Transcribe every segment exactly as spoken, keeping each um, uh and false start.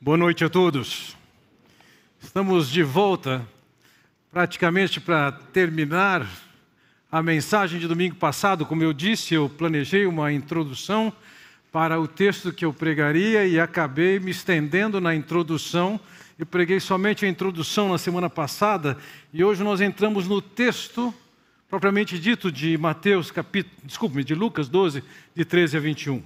Boa noite a todos. Estamos de volta, praticamente para terminar a mensagem de domingo passado. Como eu disse, eu planejei uma introdução para o texto que eu pregaria e acabei me estendendo na introdução. Eu preguei somente a introdução na semana passada e hoje nós entramos no texto propriamente dito de Mateus, capítulo, desculpe-me, de Lucas doze, de treze a vinte e um.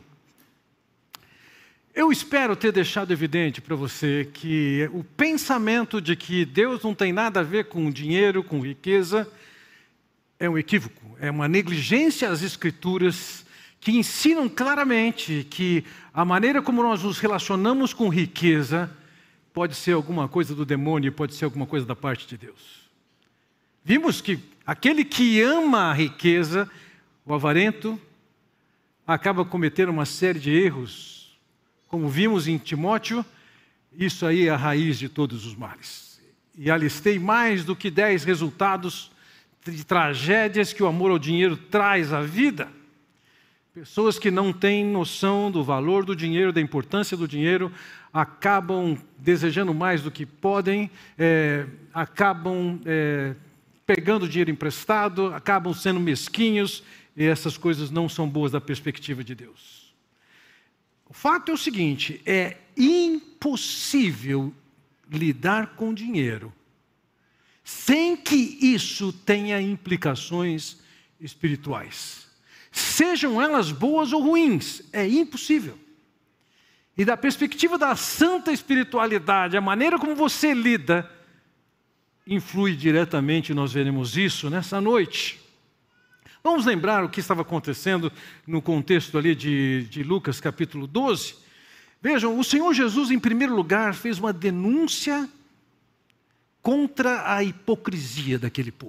Eu espero ter deixado evidente para você que o pensamento de que Deus não tem nada a ver com dinheiro, com riqueza, é um equívoco, é uma negligência às Escrituras que ensinam claramente que a maneira como nós nos relacionamos com riqueza pode ser alguma coisa do demônio, pode ser alguma coisa da parte de Deus. Vimos que aquele que ama a riqueza, o avarento, acaba cometendo uma série de erros. Como vimos em Timóteo, isso aí é a raiz de todos os males. E alistei mais do que dez resultados de tragédias que o amor ao dinheiro traz à vida. Pessoas que não têm noção do valor do dinheiro, da importância do dinheiro, acabam desejando mais do que podem, é, acabam é, pegando dinheiro emprestado, acabam sendo mesquinhos, e essas coisas não são boas da perspectiva de Deus. O fato é o seguinte, é impossível lidar com dinheiro sem que isso tenha implicações espirituais. Sejam elas boas ou ruins, é impossível. E da perspectiva da santa espiritualidade, a maneira como você lida, influi diretamente, nós veremos isso nessa noite. Vamos lembrar o que estava acontecendo no contexto ali de, de Lucas capítulo doze. Vejam, o Senhor Jesus, em primeiro lugar, fez uma denúncia contra a hipocrisia daquele povo.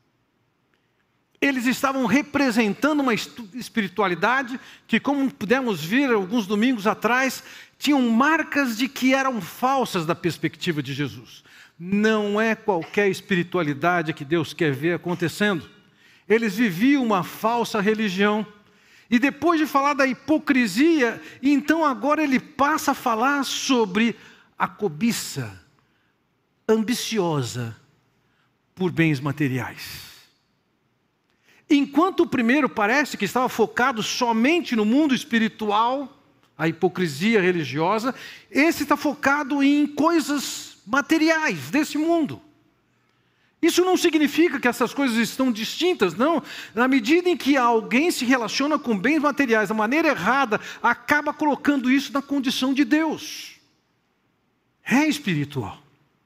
Eles estavam representando uma espiritualidade que, como pudemos ver alguns domingos atrás, tinham marcas de que eram falsas da perspectiva de Jesus. Não é qualquer espiritualidade que Deus quer ver acontecendo. Eles viviam uma falsa religião. E depois de falar da hipocrisia, então agora ele passa a falar sobre a cobiça ambiciosa por bens materiais. Enquanto o primeiro parece que estava focado somente no mundo espiritual, a hipocrisia religiosa, esse está focado em coisas materiais desse mundo. Isso não significa que essas coisas estão distintas, não. Na medida em que alguém se relaciona com bens materiais da maneira errada, acaba colocando isso na condição de Deus. É espiritual.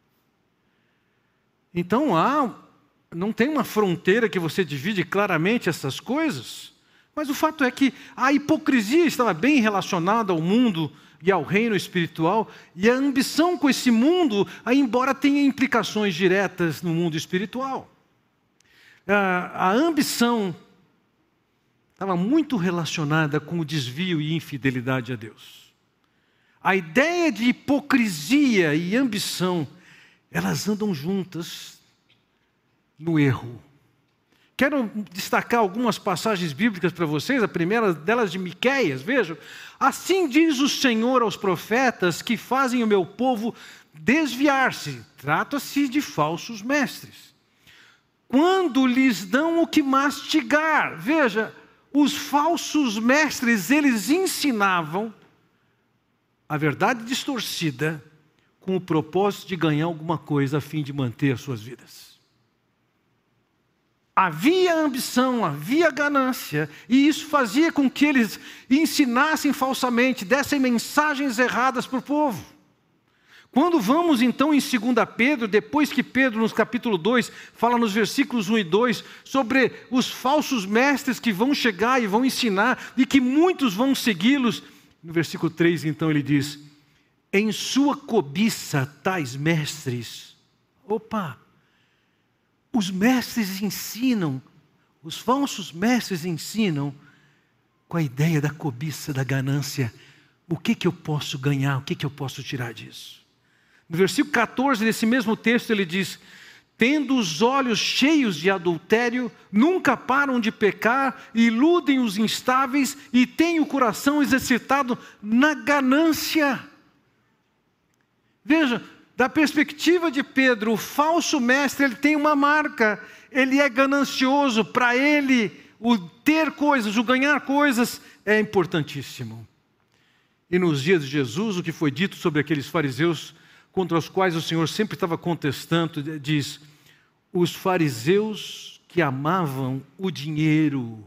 Então, há, não tem uma fronteira que você divide claramente essas coisas, mas o fato é que a hipocrisia estava bem relacionada ao mundo e ao reino espiritual, e a ambição com esse mundo, embora tenha implicações diretas no mundo espiritual. A, a ambição estava muito relacionada com o desvio e infidelidade a Deus. A ideia de hipocrisia e ambição, elas andam juntas no erro. Quero destacar algumas passagens bíblicas para vocês, a primeira delas de Miqueias, vejam. Assim diz o Senhor aos profetas que fazem o meu povo desviar-se. Trata-se de falsos mestres. Quando lhes dão o que mastigar. Veja, os falsos mestres, eles ensinavam a verdade distorcida com o propósito de ganhar alguma coisa a fim de manter suas vidas. Havia ambição, havia ganância, e isso fazia com que eles ensinassem falsamente, dessem mensagens erradas para o povo. Quando vamos então em segunda Pedro, depois que Pedro no capítulo dois fala nos versículos um e dois sobre os falsos mestres que vão chegar e vão ensinar, e que muitos vão segui-los, no versículo três então ele diz, em sua cobiça tais mestres, opa, os mestres ensinam, os falsos mestres ensinam com a ideia da cobiça, da ganância. O que que eu posso ganhar? O que que eu posso tirar disso? No versículo catorze desse mesmo texto ele diz, tendo os olhos cheios de adultério, nunca param de pecar, iludem os instáveis e têm o coração exercitado na ganância. Veja, da perspectiva de Pedro, o falso mestre ele tem uma marca, ele é ganancioso, para ele o ter coisas, o ganhar coisas é importantíssimo. E nos dias de Jesus, o que foi dito sobre aqueles fariseus contra os quais o Senhor sempre estava contestando, diz, os fariseus que amavam o dinheiro.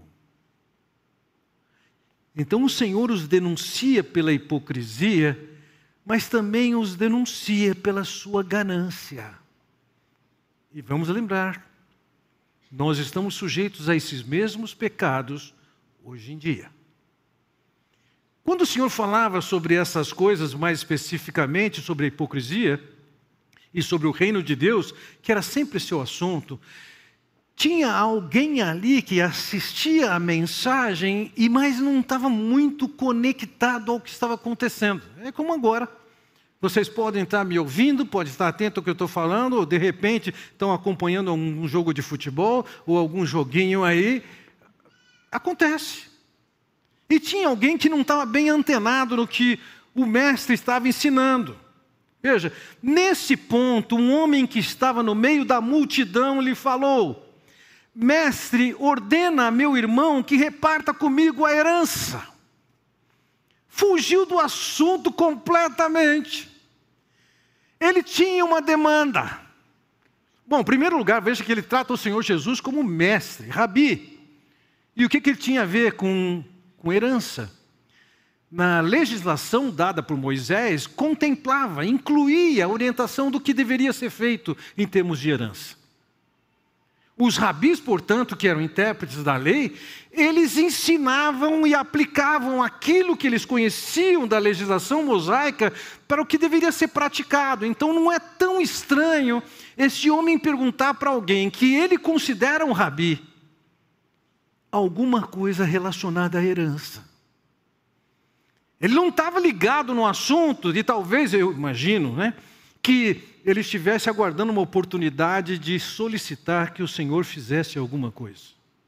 Então o Senhor os denuncia pela hipocrisia, mas também os denuncia pela sua ganância. E vamos lembrar, nós estamos sujeitos a esses mesmos pecados hoje em dia. Quando o Senhor falava sobre essas coisas, mais especificamente sobre a hipocrisia e sobre o reino de Deus, que era sempre seu assunto, tinha alguém ali que assistia a mensagem, e mas não estava muito conectado ao que estava acontecendo. É como agora. Vocês podem estar me ouvindo, podem estar atento ao que eu estou falando, ou de repente estão acompanhando um jogo de futebol, ou algum joguinho aí. Acontece. E tinha alguém que não estava bem antenado no que o mestre estava ensinando. Veja, nesse ponto, um homem que estava no meio da multidão lhe falou, mestre, ordena a meu irmão que reparta comigo a herança. Fugiu do assunto completamente. Ele tinha uma demanda. Bom, em primeiro lugar, veja que ele trata o Senhor Jesus como mestre, rabi. E o que, que ele tinha a ver com, com herança? Na legislação dada por Moisés, contemplava, incluía a orientação do que deveria ser feito em termos de herança. Os rabis, portanto, que eram intérpretes da lei, eles ensinavam e aplicavam aquilo que eles conheciam da legislação mosaica para o que deveria ser praticado. Então não é tão estranho esse homem perguntar para alguém que ele considera um rabi alguma coisa relacionada à herança. Ele não estava ligado no assunto de talvez, eu imagino, né, que ele estivesse aguardando uma oportunidade de solicitar que o Senhor fizesse alguma coisa.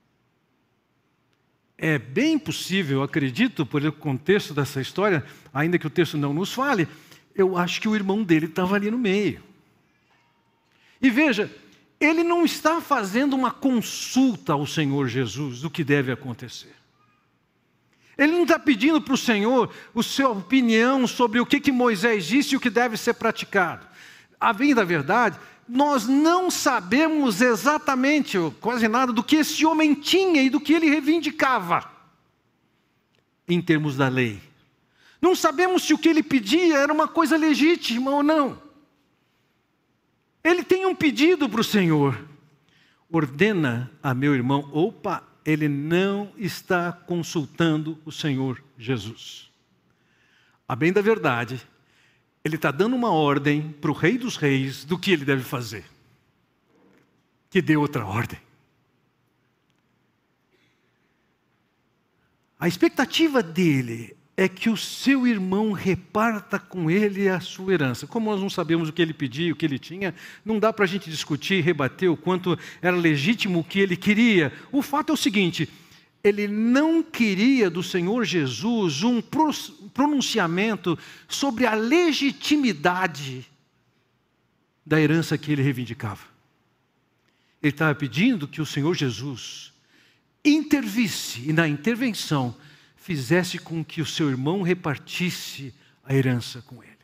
É bem possível, acredito, por o contexto dessa história, ainda que o texto não nos fale, eu acho que o irmão dele estava ali no meio. E veja, ele não está fazendo uma consulta ao Senhor Jesus do que deve acontecer. Ele não está pedindo para o Senhor a sua opinião sobre o que, que Moisés disse e o que deve ser praticado. A bem da verdade, nós não sabemos exatamente, quase nada, do que esse homem tinha e do que ele reivindicava em termos da lei. Não sabemos se o que ele pedia era uma coisa legítima ou não. Ele tem um pedido para o Senhor. Ordena a meu irmão. Opa, ele não está consultando o Senhor Jesus. A bem da verdade, ele está dando uma ordem para o Rei dos Reis do que ele deve fazer. Que dê outra ordem. A expectativa dele é que o seu irmão reparta com ele a sua herança. Como nós não sabemos o que ele pedia, o que ele tinha, não dá para a gente discutir e rebater o quanto era legítimo o que ele queria. O fato é o seguinte, ele não queria do Senhor Jesus um pronunciamento sobre a legitimidade da herança que ele reivindicava. Ele estava pedindo que o Senhor Jesus intervisse e na intervenção fizesse com que o seu irmão repartisse a herança com ele.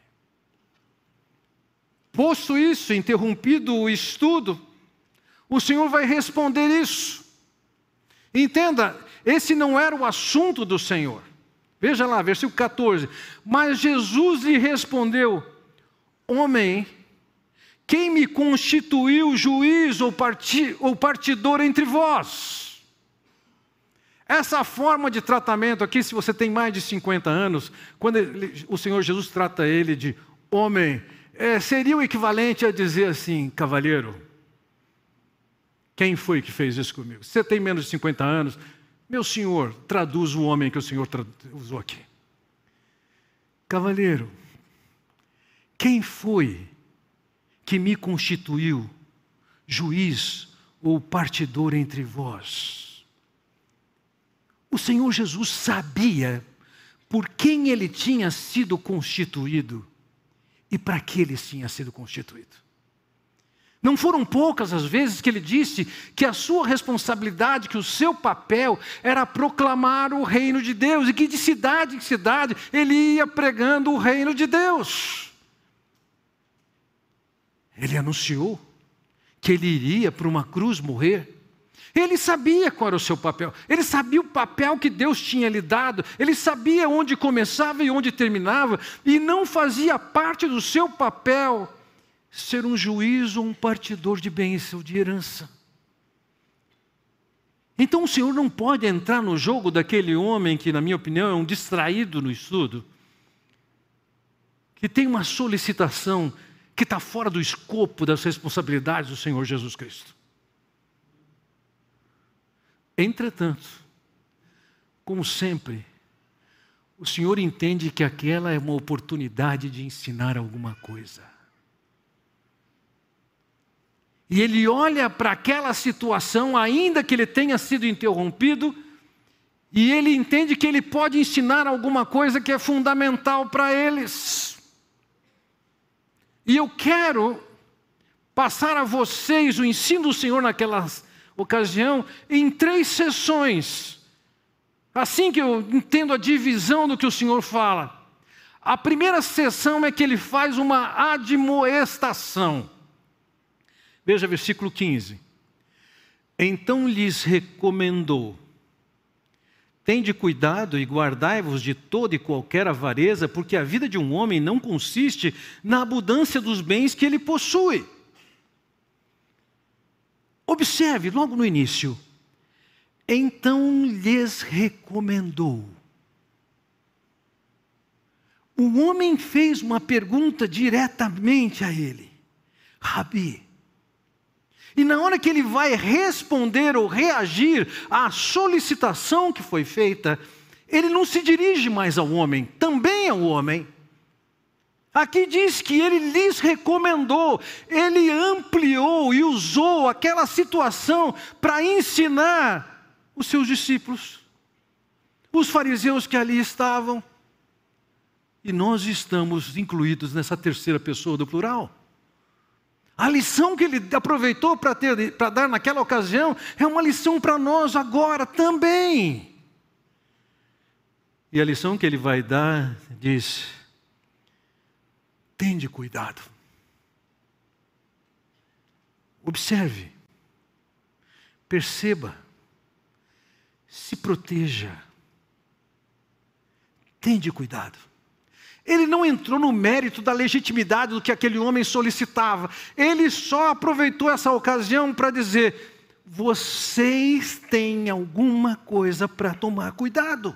Posto isso, interrompido o estudo, o Senhor vai responder isso. Entenda, esse não era o assunto do Senhor. Veja lá, versículo quatorze. Mas Jesus lhe respondeu, homem, quem me constituiu juiz ou, parti, ou partidor entre vós? Essa forma de tratamento aqui, se você tem mais de cinquenta anos, quando ele, o Senhor Jesus trata ele de homem, é, seria o equivalente a dizer assim, cavalheiro, quem foi que fez isso comigo? Se você tem menos de cinquenta anos, meu senhor, traduz o homem que o Senhor usou aqui. Cavalheiro, quem foi que me constituiu juiz ou partidor entre vós? O Senhor Jesus sabia por quem ele tinha sido constituído e para que ele tinha sido constituído. Não foram poucas as vezes que ele disse que a sua responsabilidade, que o seu papel era proclamar o reino de Deus, e que de cidade em cidade ele ia pregando o reino de Deus. Ele anunciou que ele iria para uma cruz morrer. Ele sabia qual era o seu papel, ele sabia o papel que Deus tinha lhe dado, ele sabia onde começava e onde terminava, e não fazia parte do seu papel ser um juiz ou um partidor de bênção, de herança. Então o Senhor não pode entrar no jogo daquele homem que, na minha opinião, é um distraído no estudo, que tem uma solicitação que está fora do escopo das responsabilidades do Senhor Jesus Cristo. Entretanto, como sempre, o Senhor entende que aquela é uma oportunidade de ensinar alguma coisa. E ele olha para aquela situação, ainda que ele tenha sido interrompido, e ele entende que ele pode ensinar alguma coisa que é fundamental para eles. E eu quero passar a vocês o ensino do Senhor naquela ocasião em três sessões. Assim que eu entendo a divisão do que o Senhor fala. A primeira sessão é que ele faz uma admoestação. Veja versículo quinze. Então lhes recomendou: tende cuidado e guardai-vos de toda e qualquer avareza, porque a vida de um homem não consiste na abundância dos bens que ele possui. Observe, logo no início, então lhes recomendou. O homem fez uma pergunta diretamente a ele: Rabi. E na hora que ele vai responder ou reagir à solicitação que foi feita, ele não se dirige mais ao homem, também ao homem. Aqui diz que ele lhes recomendou, ele ampliou e usou aquela situação para ensinar os seus discípulos, os fariseus que ali estavam. E nós estamos incluídos nessa terceira pessoa do plural. A lição que ele aproveitou para ter, para dar naquela ocasião é uma lição para nós agora também. E a lição que ele vai dar diz: tende cuidado. Observe, perceba, se proteja, tende cuidado. Ele não entrou no mérito da legitimidade do que aquele homem solicitava. Ele só aproveitou essa ocasião para dizer: vocês têm alguma coisa para tomar cuidado.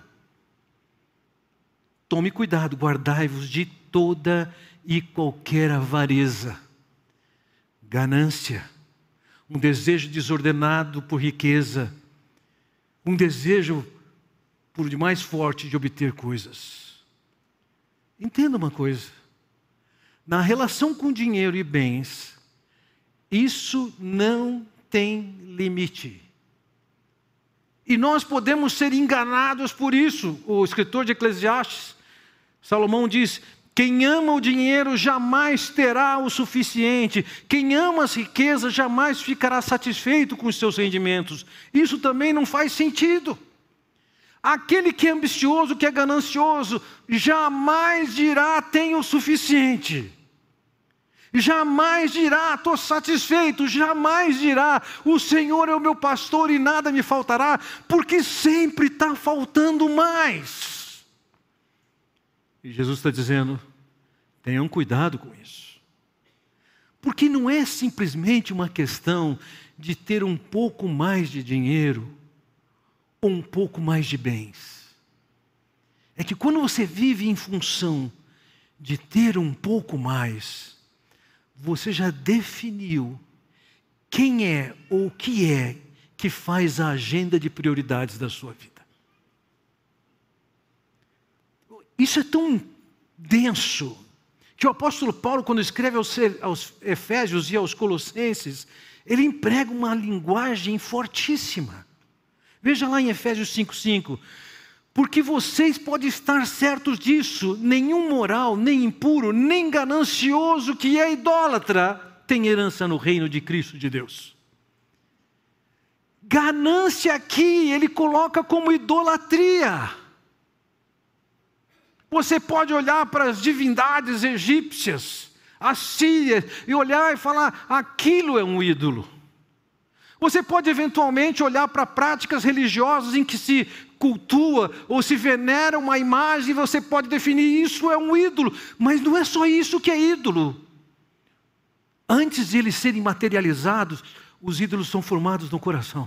Tome cuidado, guardai-vos de toda e qualquer avareza, ganância, um desejo desordenado por riqueza, um desejo por demais forte de obter coisas. Entenda uma coisa, na relação com dinheiro e bens, isso não tem limite. E nós podemos ser enganados por isso. O escritor de Eclesiastes, Salomão, diz: quem ama o dinheiro jamais terá o suficiente. Quem ama as riquezas jamais ficará satisfeito com os seus rendimentos. Isso também não faz sentido. Aquele que é ambicioso, que é ganancioso, jamais dirá tenho o suficiente. Jamais dirá estou satisfeito. Jamais dirá o Senhor é o meu pastor e nada me faltará, porque sempre está faltando mais. E Jesus está dizendo: tenham cuidado com isso. Porque não é simplesmente uma questão de ter um pouco mais de dinheiro ou um pouco mais de bens. É que quando você vive em função de ter um pouco mais, você já definiu quem é ou o que é que faz a agenda de prioridades da sua vida. Isso é tão denso que o apóstolo Paulo, quando escreve aos, aos Efésios e aos Colossenses, ele emprega uma linguagem fortíssima. Veja lá em Efésios cinco, cinco. Porque vocês podem estar certos disso, nenhum moral, nem impuro, nem ganancioso que é idólatra tem herança no reino de Cristo de Deus. Ganância aqui, ele coloca como idolatria. Você pode olhar para as divindades egípcias, assírias, e olhar e falar, aquilo é um ídolo. Você pode eventualmente olhar para práticas religiosas em que se cultua ou se venera uma imagem, e você pode definir isso é um ídolo. Mas não é só isso que é ídolo. Antes de eles serem materializados, os ídolos são formados no coração.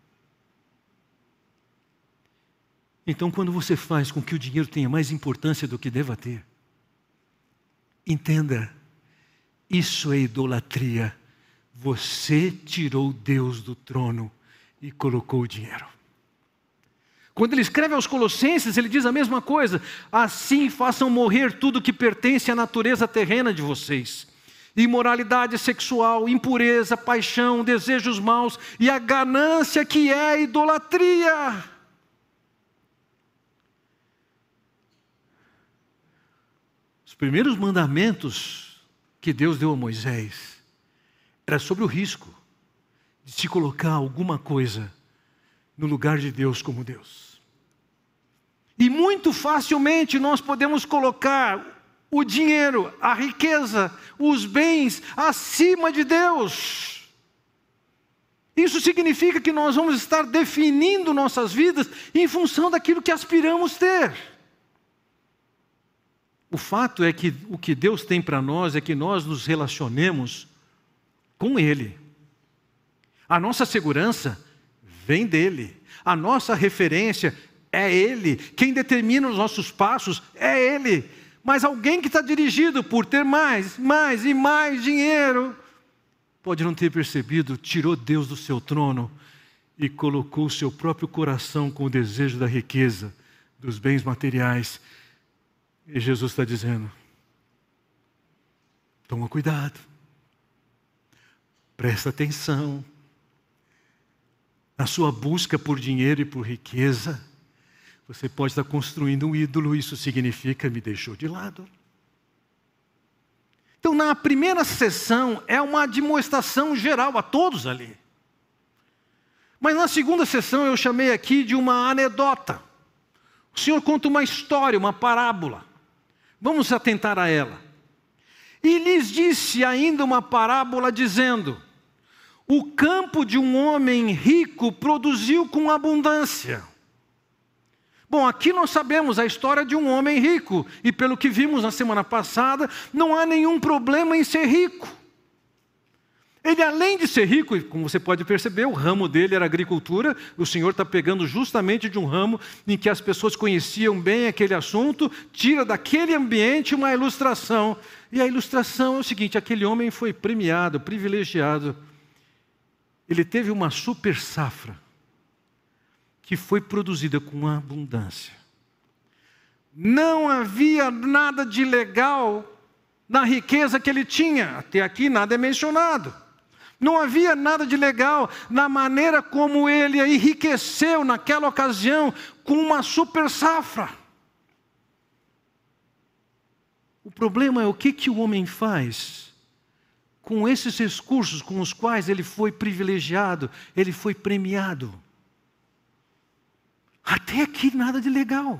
Então, quando você faz com que o dinheiro tenha mais importância do que deva ter, entenda, isso é idolatria. Você tirou Deus do trono e colocou o dinheiro. Quando ele escreve aos Colossenses, ele diz a mesma coisa. Assim façam morrer tudo que pertence à natureza terrena de vocês. Imoralidade sexual, impureza, paixão, desejos maus e a ganância que é a idolatria. Os primeiros mandamentos que Deus deu a Moisés era sobre o risco de se colocar alguma coisa no lugar de Deus como Deus. E muito facilmente nós podemos colocar o dinheiro, a riqueza, os bens acima de Deus. Isso significa que nós vamos estar definindo nossas vidas em função daquilo que aspiramos ter. O fato é que o que Deus tem para nós é que nós nos relacionemos com Ele. A nossa segurança vem dEle. A nossa referência é Ele. Quem determina os nossos passos é Ele. Mas alguém que está dirigido por ter mais, mais e mais dinheiro, pode não ter percebido, tirou Deus do seu trono e colocou o seu próprio coração com o desejo da riqueza, dos bens materiais. E Jesus está dizendo, toma cuidado. Presta atenção. Na sua busca por dinheiro e por riqueza, você pode estar construindo um ídolo, isso significa me deixou de lado. Então, na primeira sessão, é uma demonstração geral a todos ali. Mas na segunda sessão, eu chamei aqui de uma anedota. O Senhor conta uma história, uma parábola. Vamos atentar a ela. E lhes disse ainda uma parábola dizendo, o campo de um homem rico produziu com abundância. Bom, aqui nós sabemos a história de um homem rico. E pelo que vimos na semana passada, não há nenhum problema em ser rico. Ele, além de ser rico, e como você pode perceber, o ramo dele era agricultura. O Senhor está pegando justamente de um ramo em que as pessoas conheciam bem aquele assunto, tira daquele ambiente uma ilustração. E a ilustração é o seguinte, aquele homem foi premiado, privilegiado. Ele teve uma super safra que foi produzida com abundância. Não havia nada de legal na riqueza que ele tinha. Até aqui nada é mencionado. Não havia nada de legal na maneira como ele enriqueceu naquela ocasião com uma super safra. O problema é o que, que o homem faz com esses recursos com os quais ele foi privilegiado, ele foi premiado. Até aqui nada de legal.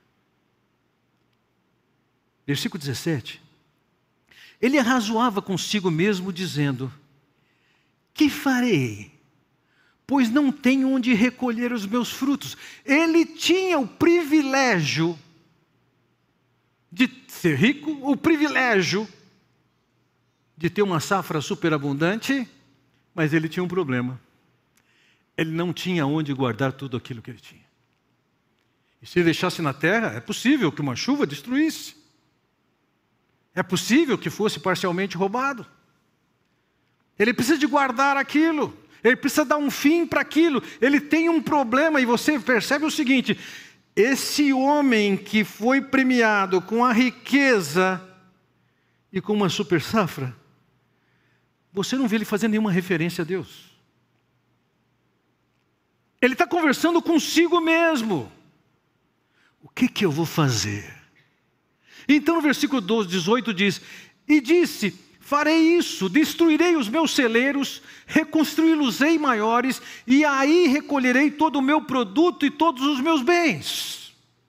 Versículo dezessete. Ele arrazoava consigo mesmo, dizendo, que farei? Pois não tenho onde recolher os meus frutos. Ele tinha o privilégio de ser rico, o privilégio de ter uma safra superabundante, mas ele tinha um problema. Ele não tinha onde guardar tudo aquilo que ele tinha. E se ele deixasse na terra, é possível que uma chuva destruísse. É possível que fosse parcialmente roubado. Ele precisa de guardar aquilo. Ele precisa dar um fim para aquilo. Ele tem um problema e você percebe o seguinte, esse homem que foi premiado com a riqueza e com uma super safra, você não vê ele fazendo nenhuma referência a Deus. Ele está conversando consigo mesmo. o que que eu vou fazer? Então no versículo doze, dezoito diz, e disse, farei isso, destruirei os meus celeiros, reconstruí-los-ei maiores, e aí recolherei todo o meu produto e todos os meus bens.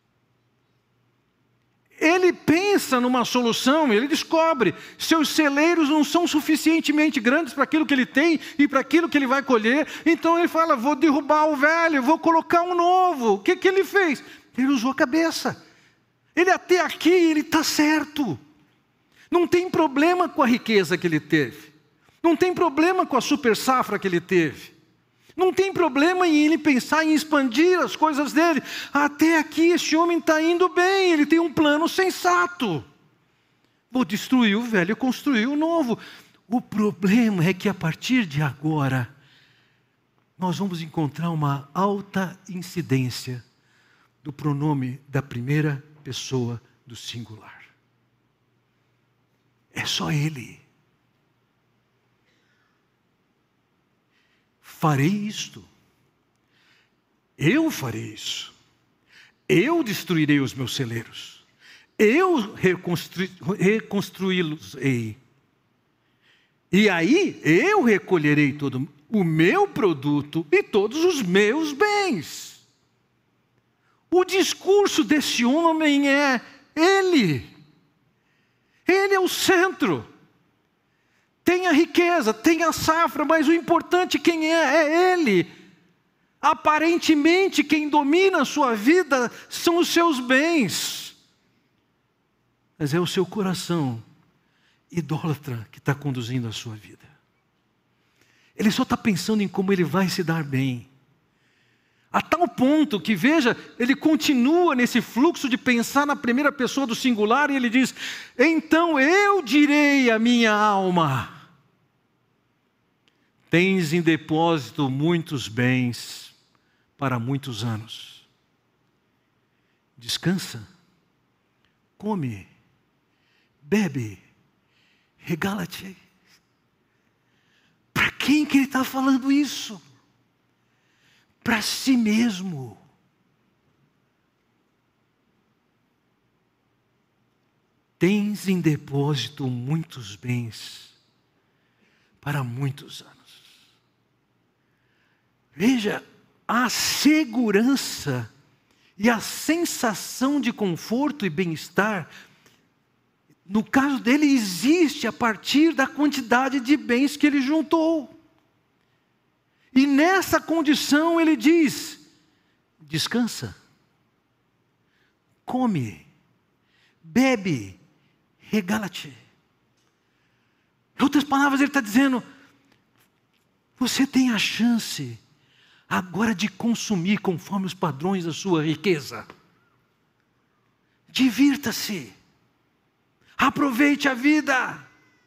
Ele pensa numa solução, ele descobre, seus celeiros não são suficientemente grandes para aquilo que ele tem e para aquilo que ele vai colher, então ele fala, vou derrubar o velho, vou colocar um novo. O que que ele fez? Ele usou a cabeça. Ele até aqui, ele está certo. Não tem problema com a riqueza que ele teve. Não tem problema com a super safra que ele teve. Não tem problema em ele pensar em expandir as coisas dele. Até aqui esse homem está indo bem, ele tem um plano sensato. Vou destruir o velho e construir o novo. O problema é que a partir de agora, nós vamos encontrar uma alta incidência do pronome da primeira pessoa do singular. É só ele. Farei isto. Eu farei isso. Eu destruirei os meus celeiros. Eu reconstru... reconstruí-los-ei. E aí eu recolherei todo o meu produto e todos os meus bens. O discurso desse homem é ele. Ele é o centro. Tem a riqueza, tem a safra, mas o importante quem é, é ele. Aparentemente quem domina a sua vida são os seus bens. Mas é o seu coração idólatra que está conduzindo a sua vida. Ele só está pensando em como ele vai se dar bem. A tal ponto que, veja, ele continua nesse fluxo de pensar na primeira pessoa do singular e ele diz, então eu direi à minha alma, tens em depósito muitos bens para muitos anos. Descansa, come, bebe, regala-te. Para quem que ele está falando isso? Para si mesmo. Tens em depósito muitos bens para muitos anos. Veja, a segurança e a sensação de conforto e bem-estar, no caso dele, existe a partir da quantidade de bens que ele juntou. E nessa condição ele diz, descansa, come, bebe, regala-te. Em outras palavras, ele está dizendo, você tem a chance agora de consumir conforme os padrões da sua riqueza. Divirta-se, aproveite a vida.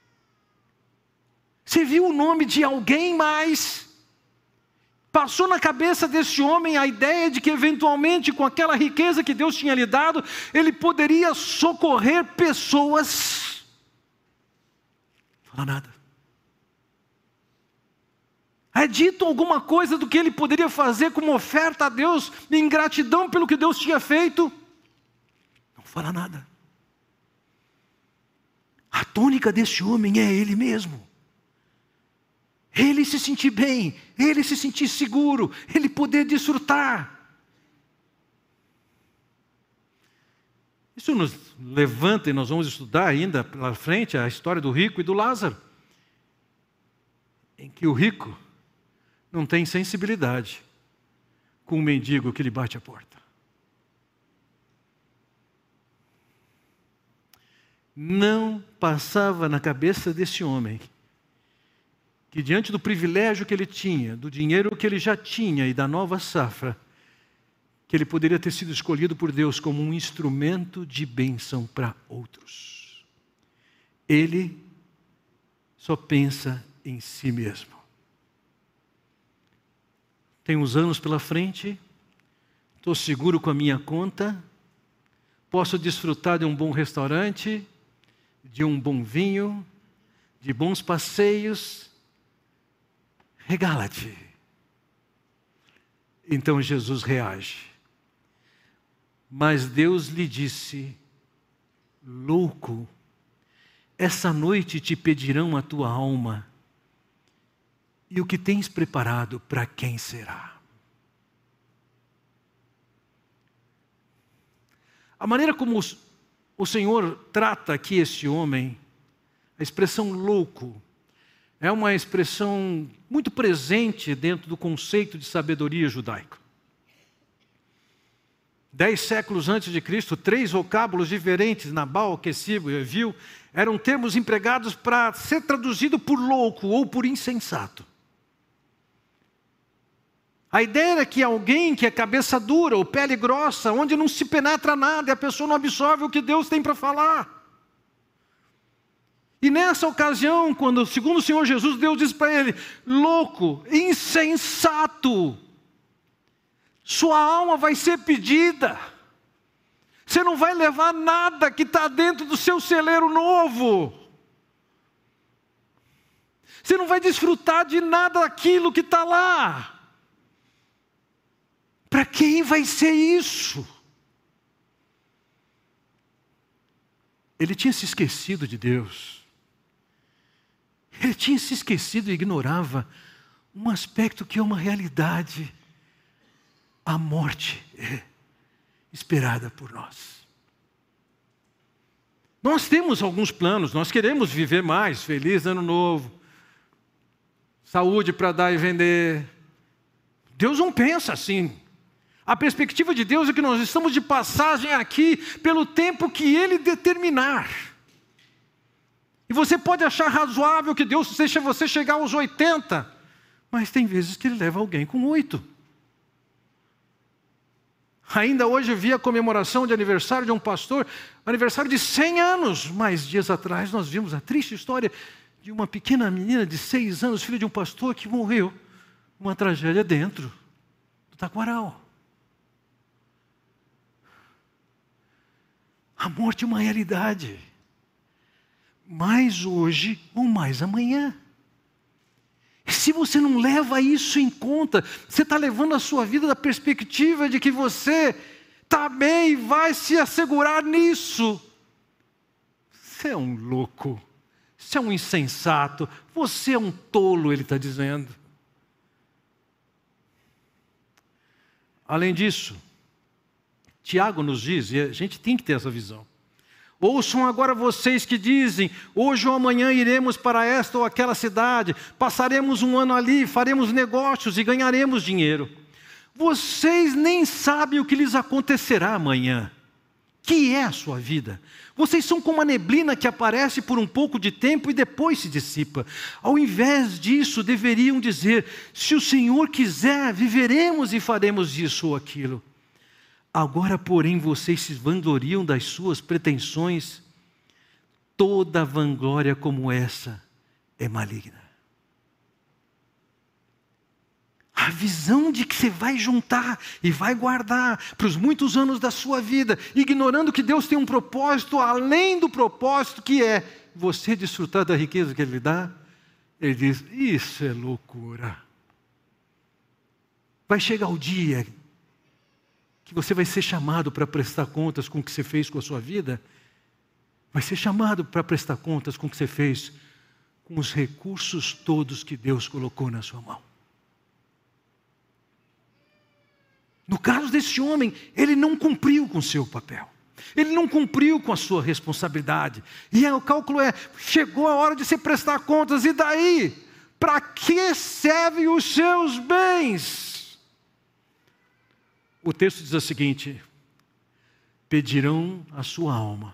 Você viu o nome de alguém mais? Passou na cabeça desse homem a ideia de que eventualmente com aquela riqueza que Deus tinha lhe dado, ele poderia socorrer pessoas. Não fala nada. É dito alguma coisa do que ele poderia fazer como oferta a Deus, em gratidão pelo que Deus tinha feito? Não fala nada. A tônica desse homem é ele mesmo. Ele se sentir bem, ele se sentir seguro, ele poder desfrutar. Isso nos levanta, e nós vamos estudar ainda pela frente a história do rico e do Lázaro, em que o rico não tem sensibilidade com o mendigo que lhe bate a porta. Não passava na cabeça desse homem que diante do privilégio que ele tinha, do dinheiro que ele já tinha e da nova safra, que ele poderia ter sido escolhido por Deus como um instrumento de bênção para outros. Ele só pensa em si mesmo. Tenho uns anos pela frente, estou seguro com a minha conta, posso desfrutar de um bom restaurante, de um bom vinho, de bons passeios. Regala-te. Então Jesus reage. Mas Deus lhe disse: louco, essa noite te pedirão a tua alma, e o que tens preparado, para quem será? A maneira como os, o Senhor trata aqui esse homem, a expressão louco, é uma expressão muito presente dentro do conceito de sabedoria judaica. Dez séculos antes de Cristo, três vocábulos diferentes, Nabal, Quesibo e Evil, eram termos empregados para ser traduzido por louco ou por insensato. A ideia era que alguém que é cabeça dura ou pele grossa, onde não se penetra nada e a pessoa não absorve o que Deus tem para falar. E nessa ocasião, quando, segundo o Senhor Jesus, Deus diz para ele: louco, insensato, sua alma vai ser pedida. Você não vai levar nada que está dentro do seu celeiro novo. Você não vai desfrutar de nada daquilo que está lá. Para quem vai ser isso? Ele tinha se esquecido de Deus. Ele tinha se esquecido e ignorava um aspecto que é uma realidade. A morte é esperada por nós. Nós temos alguns planos, nós queremos viver mais, feliz ano novo, saúde para dar e vender. Deus não pensa assim. A perspectiva de Deus é que nós estamos de passagem aqui pelo tempo que Ele determinar. E você pode achar razoável que Deus deixe você chegar aos oitenta, mas tem vezes que Ele leva alguém com oito. Ainda hoje eu vi a comemoração de aniversário de um pastor, aniversário de cem anos. Mas dias atrás nós vimos a triste história de uma pequena menina de seis anos, filha de um pastor, que morreu. Uma tragédia dentro do Taquaral. A morte é uma realidade. Mais hoje ou mais amanhã. E se você não leva isso em conta, você está levando a sua vida da perspectiva de que você está bem e vai se assegurar nisso. Você é um louco. Você é um insensato. Você é um tolo, ele está dizendo. Além disso, Tiago nos diz, e a gente tem que ter essa visão: ouçam agora vocês que dizem, hoje ou amanhã iremos para esta ou aquela cidade, passaremos um ano ali, faremos negócios e ganharemos dinheiro. Vocês nem sabem o que lhes acontecerá amanhã. Que é a sua vida? Vocês são como a neblina que aparece por um pouco de tempo e depois se dissipa. Ao invés disso, deveriam dizer: se o Senhor quiser, viveremos e faremos isso ou aquilo. Agora, porém, vocês se vangloriam das suas pretensões. Toda vanglória como essa é maligna. A visão de que você vai juntar e vai guardar para os muitos anos da sua vida, ignorando que Deus tem um propósito além do propósito que é você desfrutar da riqueza que Ele lhe dá. Ele diz: isso é loucura. Vai chegar o dia que você vai ser chamado para prestar contas com o que você fez com a sua vida. Vai ser chamado para prestar contas com o que você fez com os recursos todos que Deus colocou na sua mão. No caso desse homem, ele não cumpriu com o seu papel. Ele não cumpriu com a sua responsabilidade. E o cálculo é: chegou a hora de se prestar contas, e daí? Para que servem os seus bens? O texto diz o seguinte: pedirão a sua alma.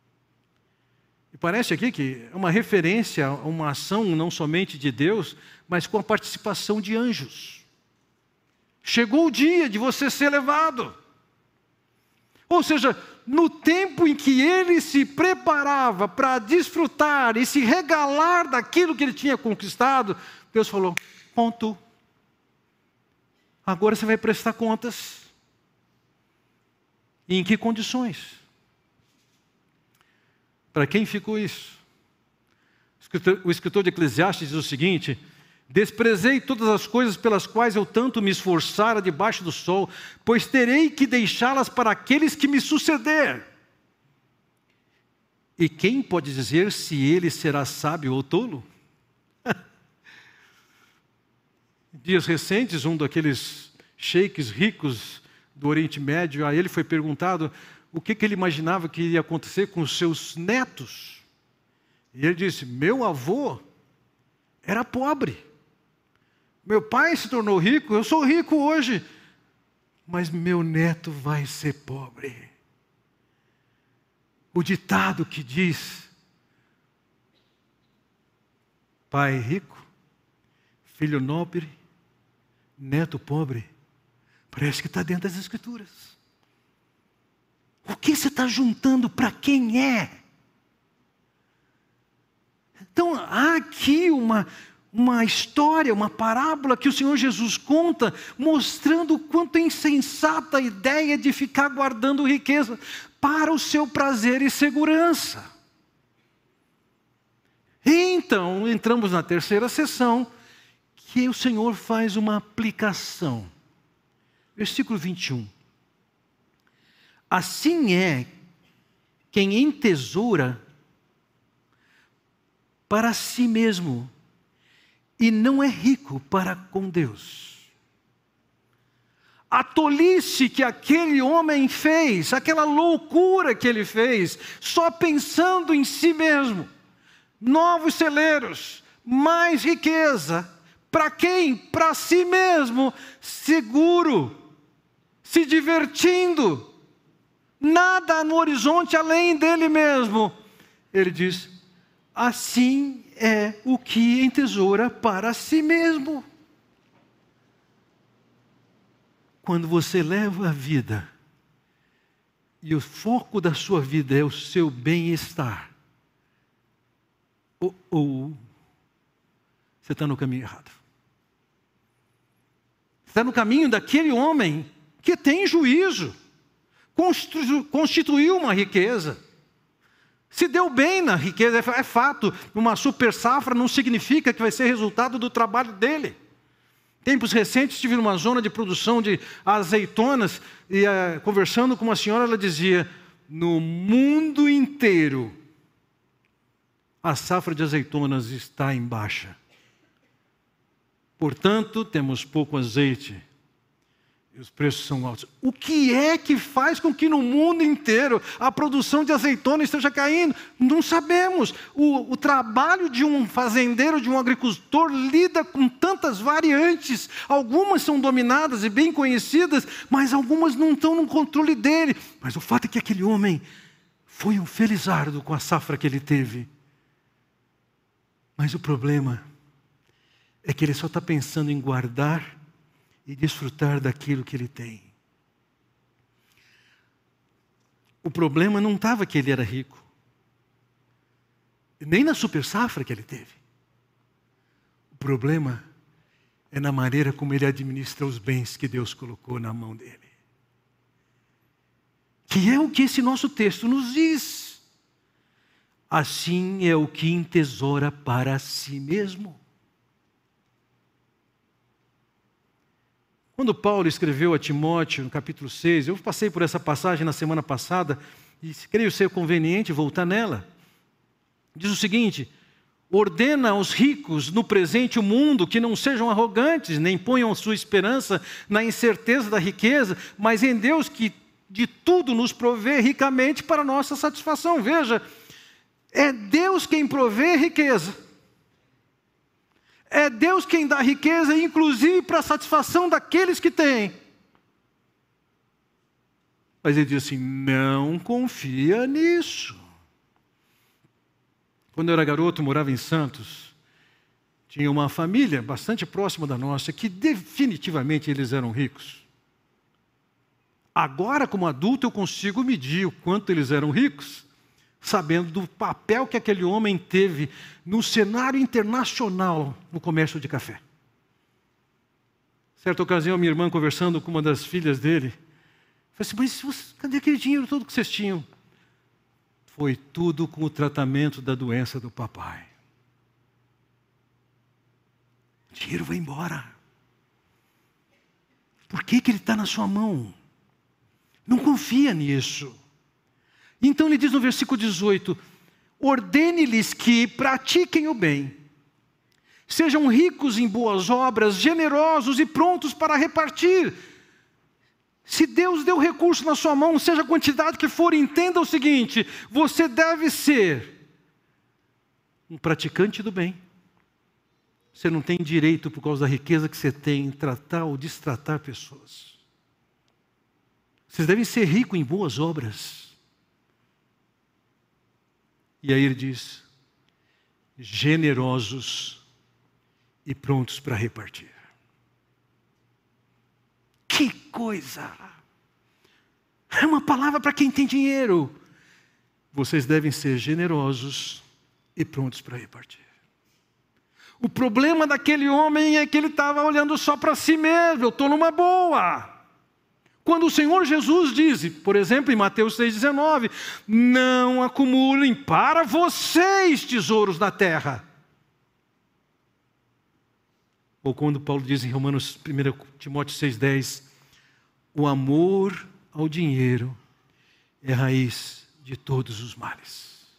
E parece aqui que é uma referência a uma ação não somente de Deus, mas com a participação de anjos. Chegou o dia de você ser levado. Ou seja, no tempo em que ele se preparava para desfrutar e se regalar daquilo que ele tinha conquistado, Deus falou: ponto. Agora você vai prestar contas. E em que condições? Para quem ficou isso? O escritor, o escritor de Eclesiastes diz o seguinte: Desprezei todas as coisas pelas quais eu tanto me esforçara debaixo do sol, pois terei que deixá-las para aqueles que me suceder. E quem pode dizer se ele será sábio ou tolo? Dias recentes, um daqueles sheiks ricos do Oriente Médio, a ele foi perguntado o que, que ele imaginava que iria acontecer com os seus netos. E ele disse: meu avô era pobre. Meu pai se tornou rico, eu sou rico hoje, mas meu neto vai ser pobre. O ditado que diz: pai rico, filho nobre, neto pobre, parece que está dentro das Escrituras. O que você está juntando para quem é? Então, há aqui uma, uma história, uma parábola que o Senhor Jesus conta, mostrando o quanto é insensata a ideia de ficar guardando riqueza para o seu prazer e segurança. Então, entramos na terceira sessão, que o Senhor faz uma aplicação. Versículo vinte e um. Assim é quem entesoura para si mesmo e não é rico para com Deus. A tolice que aquele homem fez, aquela loucura que ele fez, só pensando em si mesmo, novos celeiros, mais riqueza, para quem? Para si mesmo, seguro, se divertindo, nada no horizonte além dele mesmo. Ele diz: assim é o que entesoura para si mesmo. Quando você leva a vida e o foco da sua vida é o seu bem-estar, ou, ou você está no caminho errado. Você está no caminho daquele homem que tem juízo, constituiu uma riqueza, se deu bem na riqueza, é fato. Uma super safra não significa que vai ser resultado do trabalho dele. Tempos recentes estive numa zona de produção de azeitonas e uh, conversando com uma senhora, ela dizia: no mundo inteiro a safra de azeitonas está em baixa. Portanto, temos pouco azeite e os preços são altos. O que é que faz com que no mundo inteiro a produção de azeitona esteja caindo? Não sabemos. O, o trabalho de um fazendeiro, de um agricultor, lida com tantas variantes. Algumas são dominadas e bem conhecidas, mas algumas não estão no controle dele. Mas o fato é que aquele homem foi um felizardo com a safra que ele teve. Mas o problema é que ele só está pensando em guardar e desfrutar daquilo que ele tem. O problema não estava que ele era rico, nem na super safra que ele teve. O problema é na maneira como ele administra os bens que Deus colocou na mão dele. Que é o que esse nosso texto nos diz. Assim é o que entesoura para si mesmo. Quando Paulo escreveu a Timóteo, no capítulo seis, eu passei por essa passagem na semana passada, e creio ser conveniente voltar nela. Diz o seguinte: ordena aos ricos no presente o mundo que não sejam arrogantes, nem ponham sua esperança na incerteza da riqueza, mas em Deus que de tudo nos provê ricamente para nossa satisfação. Veja, é Deus quem provê riqueza. É Deus quem dá riqueza, inclusive para a satisfação daqueles que têm. Mas ele diz assim: não confia nisso. Quando eu era garoto, morava em Santos, tinha uma família bastante próxima da nossa, que definitivamente eles eram ricos. Agora, como adulto, eu consigo medir o quanto eles eram ricos, sabendo do papel que aquele homem teve no cenário internacional no comércio de café. Certa ocasião, minha irmã conversando com uma das filhas dele, falou assim: mas cadê aquele dinheiro todo que vocês tinham? Foi tudo com o tratamento da doença do papai. dinheiro vai embora. Por que que ele está na sua mão? Não confia nisso. Então ele diz no versículo dezoito, ordene-lhes que pratiquem o bem, sejam ricos em boas obras, generosos e prontos para repartir. Se Deus deu recurso na sua mão, seja a quantidade que for, entenda o seguinte, você deve ser um praticante do bem. Você não tem direito, por causa da riqueza que você tem, em tratar ou destratar pessoas. Vocês devem ser ricos em boas obras. E aí ele diz, generosos e prontos para repartir. Que coisa! É uma palavra para quem tem dinheiro. Vocês devem ser generosos e prontos para repartir. O problema daquele homem é que ele estava olhando só para si mesmo. Eu estou numa boa. Quando o Senhor Jesus diz, por exemplo, em Mateus seis, dezenove, não acumulem para vocês tesouros na terra. Ou quando Paulo diz em Romanos, primeiro Timóteo seis, dez, o amor ao dinheiro é a raiz de todos os males.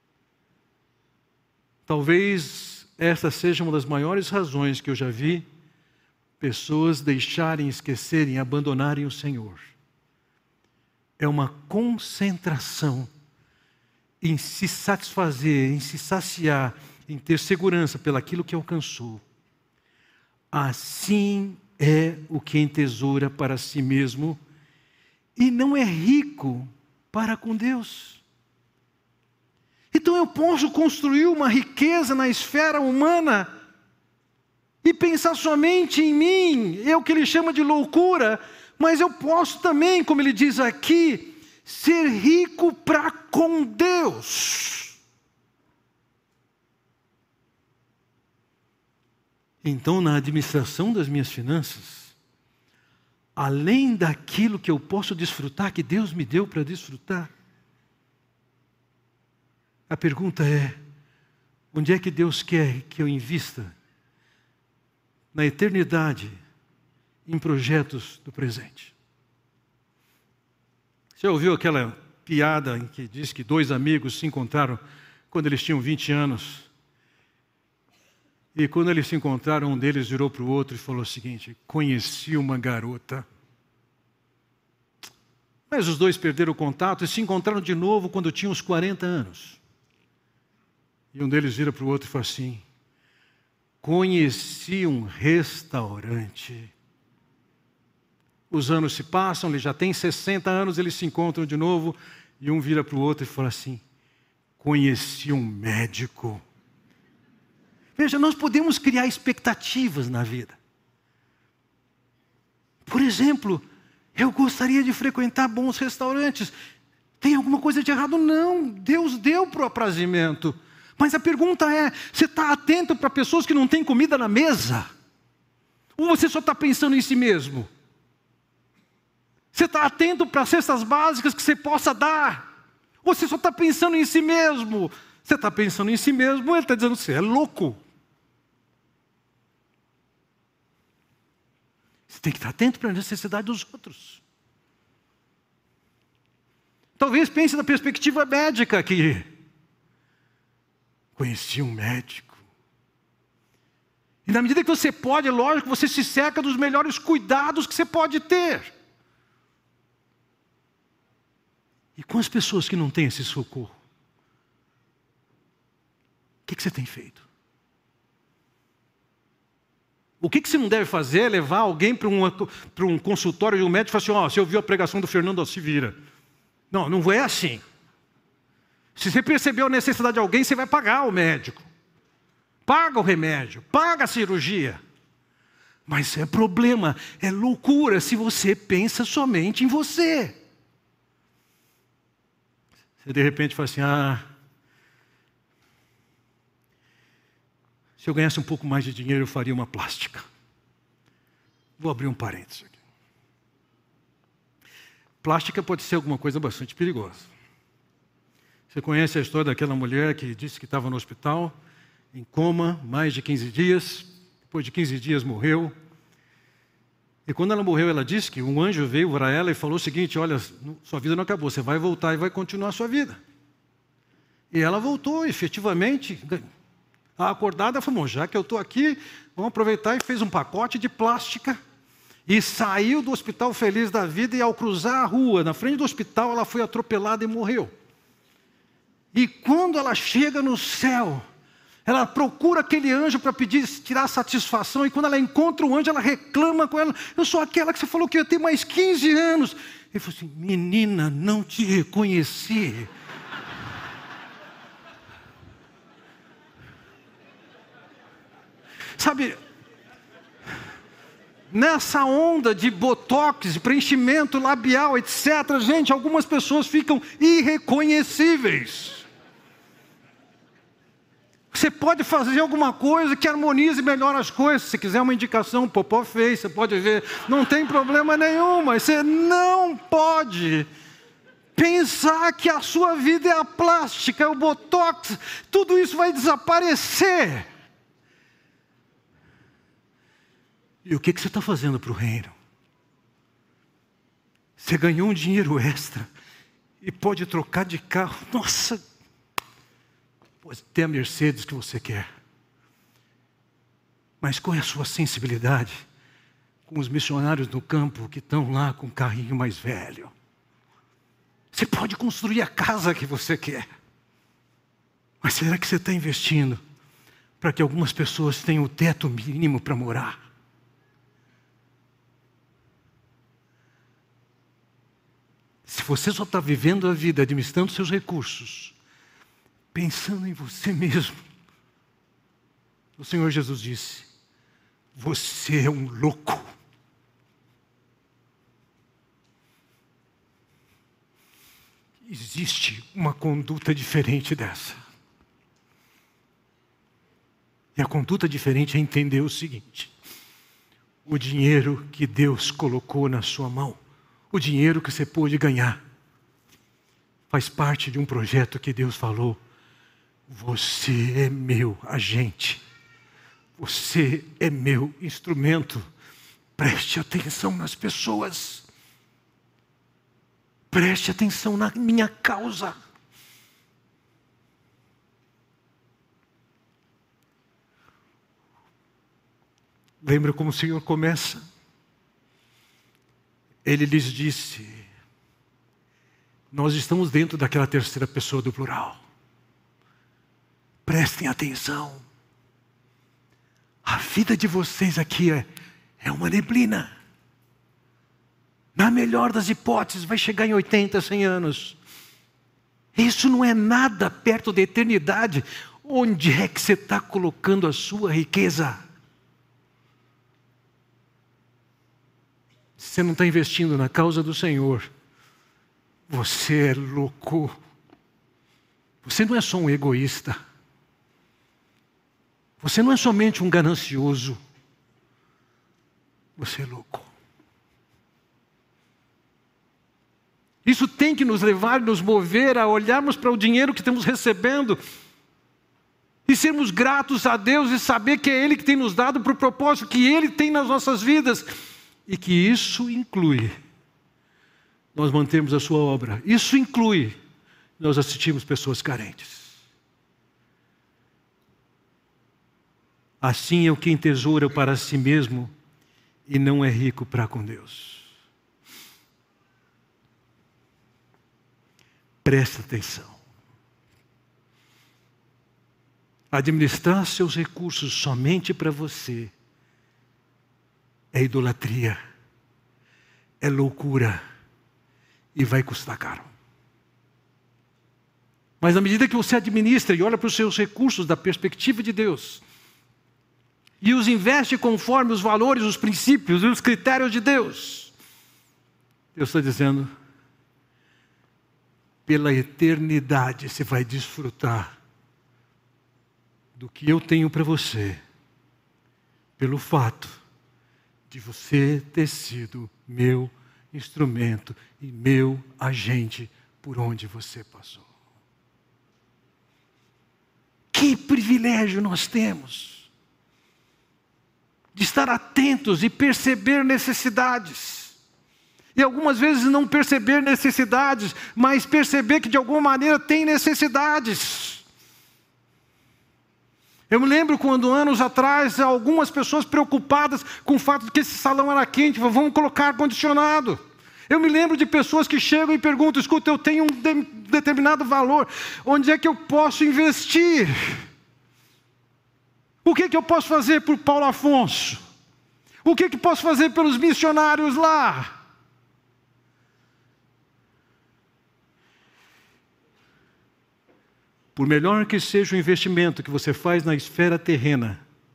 Talvez esta seja uma das maiores razões que eu já vi pessoas deixarem, esquecerem, abandonarem o Senhor. É uma concentração em se satisfazer, em se saciar, em ter segurança pelaquilo que alcançou. Assim é o que entesoura para si mesmo e não é rico para com Deus. Então eu posso construir uma riqueza na esfera humana e pensar somente em mim, é o que ele chama de loucura, mas eu posso também, como ele diz aqui, ser rico para com Deus. Então, na administração das minhas finanças, além daquilo que eu posso desfrutar, que Deus me deu para desfrutar, a pergunta é, onde é que Deus quer que eu invista na eternidade em projetos do presente? Você ouviu aquela piada em que diz que dois amigos se encontraram quando eles tinham vinte anos? E quando eles se encontraram, um deles virou para o outro e falou o seguinte, conheci uma garota. Mas os dois perderam o contato e se encontraram de novo quando tinham uns quarenta anos. E um deles vira para o outro e fala assim, conheci um restaurante. Os anos se passam, ele já tem sessenta anos, eles se encontram de novo, e um vira para o outro e fala assim, conheci um médico. Veja, nós podemos criar expectativas na vida. Por exemplo, eu gostaria de frequentar bons restaurantes. Tem alguma coisa de errado? Não, Deus deu para o aprazimento. Mas a pergunta é, você está atento para pessoas que não têm comida na mesa? Ou você só está pensando em si mesmo? Você está atento para as cestas básicas que você possa dar? Ou você só está pensando em si mesmo? Você está pensando em si mesmo, ele está dizendo, você é louco. Você tem que estar atento para a necessidade dos outros. Talvez pense na perspectiva médica aqui. Conheci um médico. E na medida que você pode, é lógico, você se cerca dos melhores cuidados que você pode ter. E com as pessoas que não têm esse socorro, o que, que você tem feito? O que, que você não deve fazer é levar alguém para um, para um consultório de um médico e falar assim, ó, oh, você ouviu a pregação do Fernando, ó, se vira. Não, não é assim. Se você percebeu a necessidade de alguém, você vai pagar o médico. Paga o remédio, paga a cirurgia. Mas é problema, é loucura se você pensa somente em você. Você de repente fala assim, ah, se eu ganhasse um pouco mais de dinheiro, eu faria uma plástica. Vou abrir um parênteses aqui. Plástica pode ser alguma coisa bastante perigosa. Você conhece a história daquela mulher que disse que estava no hospital, em coma, mais de quinze dias, Depois de quinze dias morreu. E quando ela morreu, ela disse que um anjo veio para ela e falou o seguinte: olha, sua vida não acabou, você vai voltar e vai continuar a sua vida. E ela voltou, efetivamente, acordada, falou: já que eu estou aqui, vamos aproveitar, e fez um pacote de plástica e saiu do hospital feliz da vida. E ao cruzar a rua, na frente do hospital, ela foi atropelada e morreu. E quando ela chega no céu, ela procura aquele anjo para pedir, tirar satisfação. E quando ela encontra o anjo, ela reclama com ela: eu sou aquela que você falou que ia ter mais quinze anos. Ele falou assim: menina, não te reconheci. Sabe, nessa onda de botox, de preenchimento labial, etcétera, gente, algumas pessoas ficam irreconhecíveis. Você pode fazer alguma coisa que harmonize melhor as coisas. Se quiser uma indicação, o Popó fez, você pode ver, não tem problema nenhum, mas você não pode pensar que a sua vida é a plástica, é o botox, tudo isso vai desaparecer. E o que, que você está fazendo para o reino? Você ganhou um dinheiro extra e pode trocar de carro. Nossa, pode ter a Mercedes que você quer. Mas qual é a sua sensibilidade com os missionários no campo que estão lá com um carrinho mais velho? Você pode construir a casa que você quer. Mas será que você está investindo para que algumas pessoas tenham o teto mínimo para morar? Se você só está vivendo a vida, administrando seus recursos, pensando em você mesmo, o Senhor Jesus disse: você é um louco. Existe uma conduta diferente dessa. E a conduta diferente é entender o seguinte: o dinheiro que Deus colocou na sua mão, o dinheiro que você pôde ganhar, faz parte de um projeto que Deus falou: você é meu agente, você é meu instrumento. Preste atenção nas pessoas, preste atenção na minha causa. Lembra como o Senhor começa? Ele lhes disse: nós estamos dentro daquela terceira pessoa do plural. Prestem atenção. A vida de vocês aqui é, é uma neblina. Na melhor das hipóteses, vai chegar em oitenta, cem anos. Isso não é nada perto da eternidade. Onde é que você está colocando a sua riqueza? Se você não está investindo na causa do Senhor, você é louco. Você não é só um egoísta. Você não é somente um ganancioso. Você é louco. Isso tem que nos levar, nos mover a olharmos para o dinheiro que estamos recebendo e sermos gratos a Deus e saber que é Ele que tem nos dado para o propósito que Ele tem nas nossas vidas. E que isso inclui nós mantermos a sua obra. Isso inclui nós assistirmos pessoas carentes. Assim é o quem tesoura para si mesmo e não é rico para com Deus. Presta atenção. Administrar seus recursos somente para você é idolatria, é loucura e vai custar caro. Mas à medida que você administra e olha para os seus recursos da perspectiva de Deus e os investe conforme os valores, os princípios e os critérios de Deus, Deus está dizendo: pela eternidade você vai desfrutar do que eu tenho para você, pelo fato de você ter sido meu instrumento e meu agente por onde você passou. Que privilégio nós temos! de estar atentos e perceber necessidades. E algumas vezes não perceber necessidades, mas perceber que de alguma maneira tem necessidades. Eu me lembro quando anos atrás, algumas pessoas preocupadas com o fato de que esse salão era quente, vamos colocar ar-condicionado. Eu me lembro de pessoas que chegam e perguntam, escuta, eu tenho um de- determinado valor, onde é que eu posso investir? O que, que eu posso fazer por Paulo Afonso? O que, que posso fazer pelos missionários lá? Por melhor que seja o investimento que você faz na esfera terrena,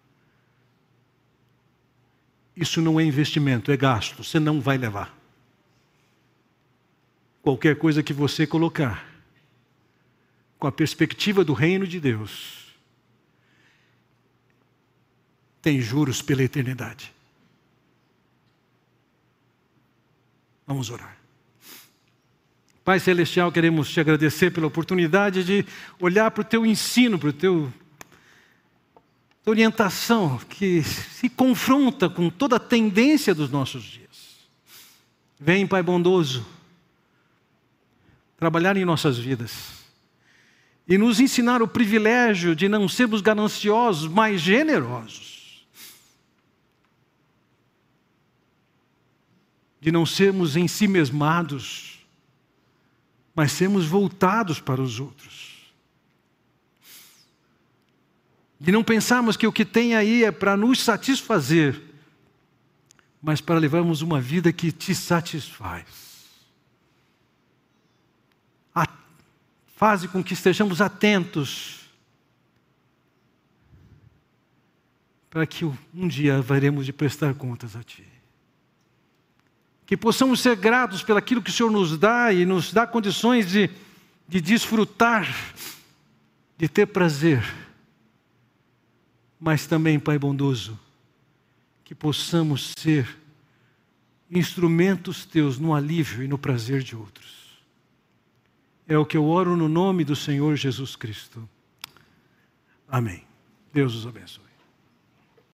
isso não é investimento, é gasto, você não vai levar. Qualquer coisa que você colocar, com a perspectiva do reino de Deus, tem juros pela eternidade. Vamos orar. Pai Celestial, queremos te agradecer pela oportunidade de olhar para o teu ensino, para a tua orientação, que se confronta com toda a tendência dos nossos dias. Vem, Pai bondoso, trabalhar em nossas vidas e nos ensinar o privilégio de não sermos gananciosos, mas generosos. De não sermos ensimesmados, mas sermos voltados para os outros. De não pensarmos que o que tem aí é para nos satisfazer, mas para levarmos uma vida que te satisfaz. A, faze com que estejamos atentos, para que um dia haveremos de prestar contas a Ti. Que possamos ser gratos pelo aquilo que o Senhor nos dá e nos dá condições de, de desfrutar, de ter prazer. Mas também, Pai bondoso, que possamos ser instrumentos Teus no alívio e no prazer de outros. É o que eu oro no nome do Senhor Jesus Cristo. Amém. Deus os abençoe.